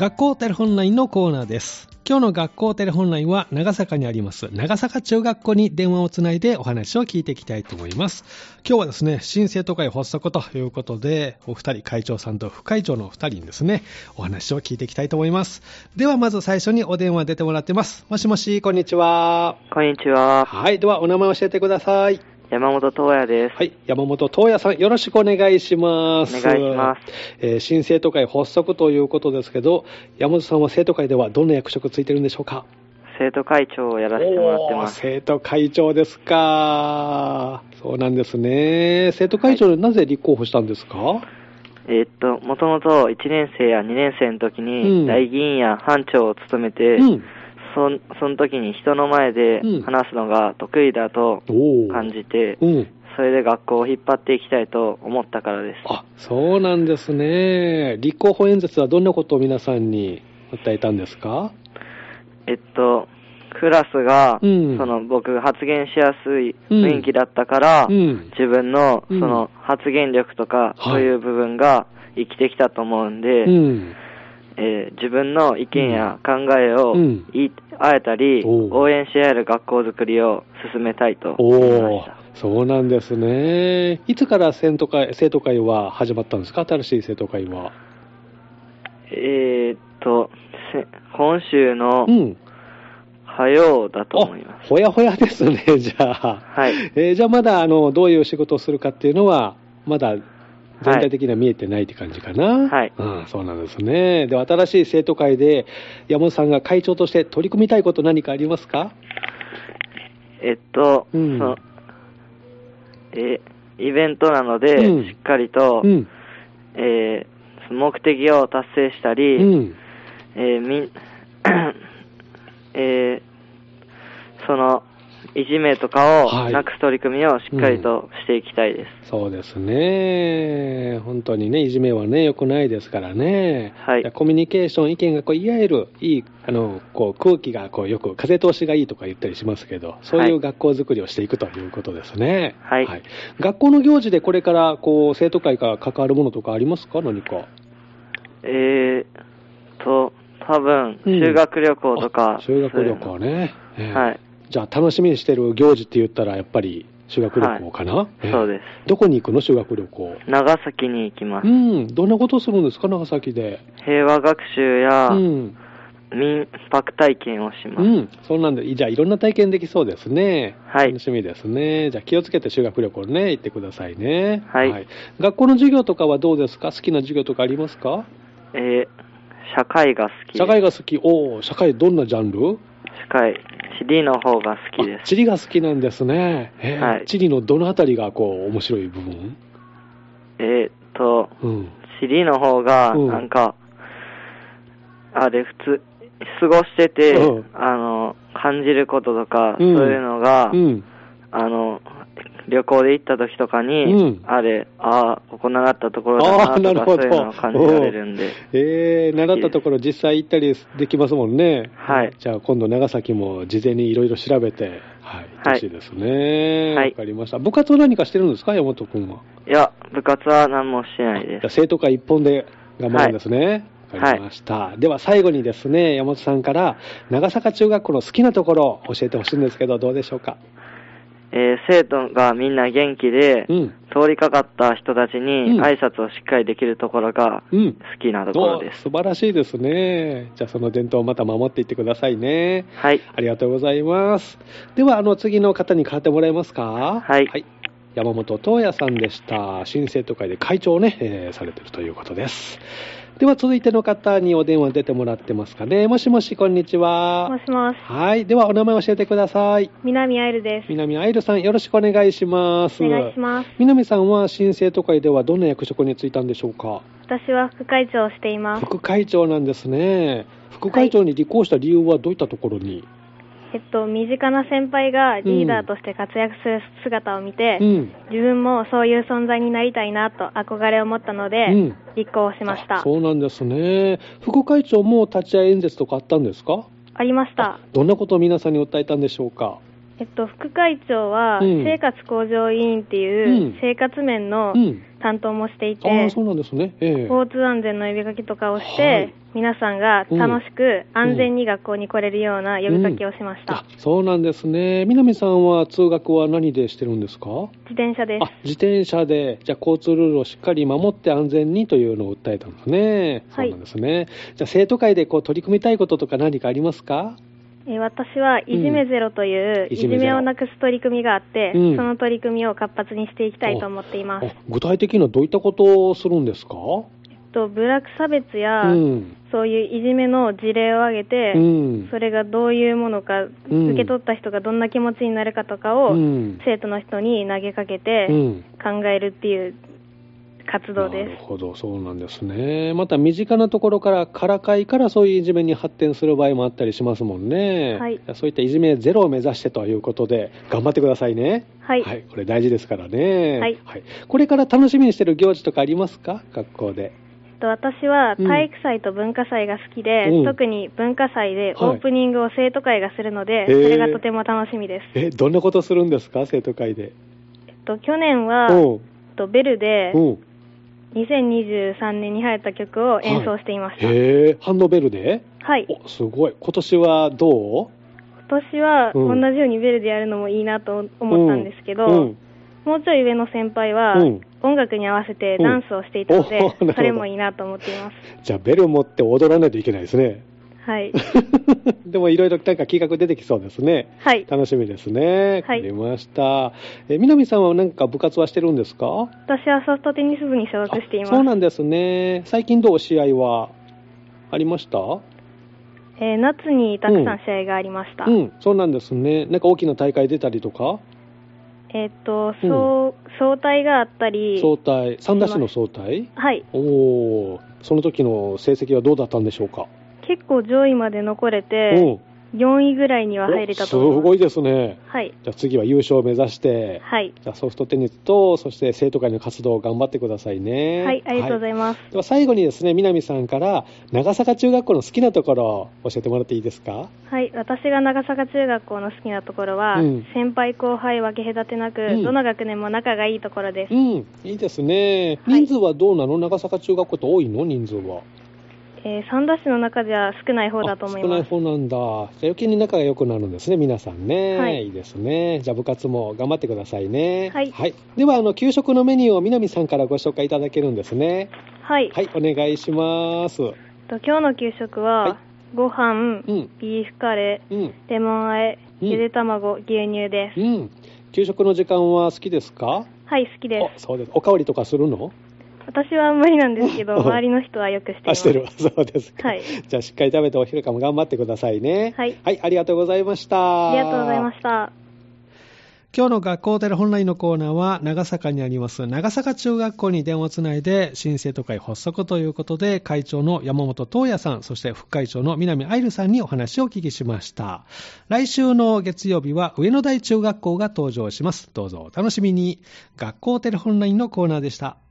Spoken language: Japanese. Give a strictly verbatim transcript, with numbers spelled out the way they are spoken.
学校テレホンラインのコーナーです。今日の学校テレホンラインは長坂にあります長坂中学校に電話をつないでお話を聞いていきたいと思います。今日はですね、新生徒会発足ということで、お二人、会長さんと副会長のお二人にですね、お話を聞いていきたいと思います。ではまず最初にお電話出てもらってます。もしもし、こんにちは。 こんにちは。 はい、ではお名前を教えてください。 山本東也です。 はい、山本東也さん、よろしくお願いします。 お願いします。 えー、新生徒会発足ということですけど、山本さんは生徒会ではどんな役職ついてるんでしょうか？ 生徒会長をやらせてもらってます。 生徒会長ですか。そうなんですね。生徒会長でなぜ立候補したんですか？はい、 えー、っと、もともといちねん生やにねん生の時に大議員や班長を務めて、うん、そ, その時に人の前で話すのが得意だと感じて、うん、それで学校を引っ張っていきたいと思ったからです。 あ、そうなんですね。立候補演説はどんなことを皆さんに訴えたんですか？ えっと、クラスが、うん、その僕が発言しやすい雰囲気だったから、うん、自分のその発言力とか、うん、そういう部分が生きてきたと思うんで、うんえー、自分の意見や考えを言い合えたり、うん、応援し合える学校づくりを進めたいと思いました。 そうなんですね。いつから生徒会、生徒会は始まったんですか？新しい生徒会は。 えー、っと、今週の火曜だと思います。 ほやほやですね、じゃあ。はい。えー、じゃあまだあのどういう仕事をするかっていうのはまだ全体的には見えてないって感じかな。はい。うん、そうなんですね。では新しい生徒会で山本さんが会長として取り組みたいこと何かありますか？ えっと、うん、そのえー、イベントなので、うん、しっかりと、うんえー、目的を達成したり、うんえーみえー、そのいじめとかをなくす取り組みをしっかりとしていきたいです。 うん、そうですね。本当にね、いじめはね、良くないですからね。はい。コミュニケーション、意見がこう言い合える、いい、あの、こう空気がこうよく風通しがいいとか言ったりしますけど、そういう学校づくりをしていくということですね。はい。はい、学校の行事でこれからこう生徒会が関わるものとかありますか？何か。 えーと、多分、修学旅行とか、 うん、修学旅行ね。えー、はい。じゃあ楽しみにしてる行事って言ったらやっぱり修学旅行かな？はいえー、そうです。 どこに行くの？修学旅行。 長崎に行きます。 うん。どんなことをするんですか？長崎で。 平和学習や、うん、民泊体験をします。 うん。そうなんで、じゃあいろんな体験できそうですね。はい。楽しみですね。じゃあ気をつけて修学旅行ね、行ってくださいね。はい。はい、学校の授業とかはどうですか？好きな授業とかありますか？ えー、社会が好き。 社会が好き。おー、社会どんなジャンル？ 社会。地理の方が好きです。 地理が好きなんですね。えーはい、地理のどのあたりがこう面白い部分？ えー、っと、うん、地理の方がなんか、うん、あれ普通過ごしてて、うん、あの感じることとか、うん、そういうのが、うん、あの旅行で行った時とかに、うん、あれああここ習ったところだなとかそういうのを感じられるんで、 えー、習ったところ実際行ったりできますもんね。はい。じゃあ今度長崎も事前にいろいろ調べて、はい、行ってほしいですね。はい。わかりました。部活は何かしてるんですか、山本君は？ いや、部活は何もしてないです。 生徒会一本で頑張るんですね。はい、わかりました、はい。では最後にですね、山本さんから長坂中学校の好きなところを教えてほしいんですけど、どうでしょうか？ えー、生徒がみんな元気で、うん、通りかかった人たちに挨拶をしっかりできるところが好きなところです。 うん、素晴らしいですね。じゃあその伝統をまた守っていってくださいね。はい。ありがとうございます。ではあの次の方に代わってもらえますか？はい。はい、山本東也さんでした。新生徒会で会長をね、えー、されているということです。では続いての方にお電話出てもらってますかね。もしもし、こんにちは。 もしもし。 はい。ではお名前教えてください。 南愛瑠です。 南愛瑠さん、よろしくお願いします。 お願いします。 南さんは新生徒会ではどんな役職に就いたんでしょうか？ 私は副会長をしています。 副会長なんですね。副会長に立候補した理由はどういったところに？はいえっと、身近な先輩がリーダーとして活躍する姿を見て、うん、自分もそういう存在になりたいなと憧れを持ったので、うん、立候補しました。 そうなんですね。副会長も立ち会い演説とかあったんですか？ ありました。 どんなことを皆さんに訴えたんでしょうか？ えっと、副会長は、生活向上委員っていう生活面の担当もしていて、うんうん、 あ、そうなんですね。えー、 交通安全の呼びかけとかをして、はい、皆さんが楽しく安全に学校に来れるような呼びかけをしました。 うんうん、あ、そうなんですね。南さんは通学は何でしてるんですか？ 自転車です。 あ、自転車で、じゃあ交通ルールをしっかり守って安全にというのを訴えたんですね。はい、そうなんですね。じゃあ生徒会でこう取り組みたいこととか何かありますか？ えー、私はいじめゼロといういじめをなくす取り組みがあって、うん、その取り組みを活発にしていきたいと思っています。 具体的にはどういったことをするんですか？ えっと、部落差別や、うん、そういういじめの事例を挙げて、うん、それがどういうものか、うん、受け取った人がどんな気持ちになるかとかを、うん、生徒の人に投げかけて考えるっていう活動です。 なるほど、そうなんですね。また身近なところからからかいからそういういじめに発展する場合もあったりしますもんね。はい、そういったいじめゼロを目指してということで頑張ってくださいね。はい、はい、これ大事ですからね。はいはい、これから楽しみにしている行事とかありますか？学校で。 私は体育祭と文化祭が好きで、うん、特に文化祭でオープニングを生徒会がするので、はい、それがとても楽しみです。 え、どんなことするんですか？生徒会で。 えっと、去年は、えっと、ベルでにせんにじゅうさんねんに流行った曲を演奏していました。 はい、へえ、ハンドベルで？ はい。 お、すごい。今年はどう？ 今年は同じようにベルでやるのもいいなと思ったんですけど、うんうん、もうちょい上の先輩は、うん、音楽に合わせてダンスをしていたので、うん、それもいいなと思っています。 じゃあベル持って踊らないといけないですね。 はい。 でもいろいろなんか企画出てきそうですね。 はい。 楽しみですね。はい。わかりました。え、南さんは何か部活はしてるんですか？ 私はソフトテニス部に所属しています。 そうなんですね。最近どう試合はありました？ えー、夏にたくさん試合がありました。 うん、うん、そうなんですね。なんか大きな大会出たりとか？ えっと、そう、総体があったり。 総体、三田市の総体？ はい。 おお、その時の成績はどうだったんでしょうか？ 結構上位まで残れて、よんいぐらいには入れたと思います。 すごいですね。 はい。 じゃあ次は優勝を目指して、 はい。 じゃあソフトテニスと、そして生徒会の活動を頑張ってくださいね。 はい、ありがとうございます。はい、 では最後にですね、南さんから長坂中学校の好きなところを教えてもらっていいですか？ はい、私が長坂中学校の好きなところは、うん、先輩後輩分け隔てなく、うん、どの学年も仲がいいところです。 うん、いいですね。人数はどうなの？はい、長坂中学校って多いの？人数は。 えー、三田市の中では少ない方だと思います。 少ない方なんだ。じゃあ余計に仲が良くなるんですね、皆さんね。はい。いいですね。じゃあ部活も頑張ってくださいね。はい。はい、では、あの、給食のメニューを南さんからご紹介いただけるんですね。 はい。 はい、お願いします。 と今日の給食は、はい、ご飯、うん、ビーフカレー、うん、レモン和え、ゆで卵、うん、牛乳です。 うん。給食の時間は好きですか？ はい、好きです。 そうです。おかわりとかするの？ 私はあんまりなんですけど、周りの人はよくしています。 あ、してる。そうですか。はい。じゃあしっかり食べてお昼間も頑張ってくださいね。はい。はい、ありがとうございました。 ありがとうございました。 今日の学校テレホンラインのコーナーは長坂にあります長坂中学校に電話をつないで新生徒会発足ということで会長の山本東也さん、そして副会長の南愛瑠さんにお話をお聞きしました。来週の月曜日は上野台中学校が登場します。どうぞお楽しみに。学校テレホンラインのコーナーでした。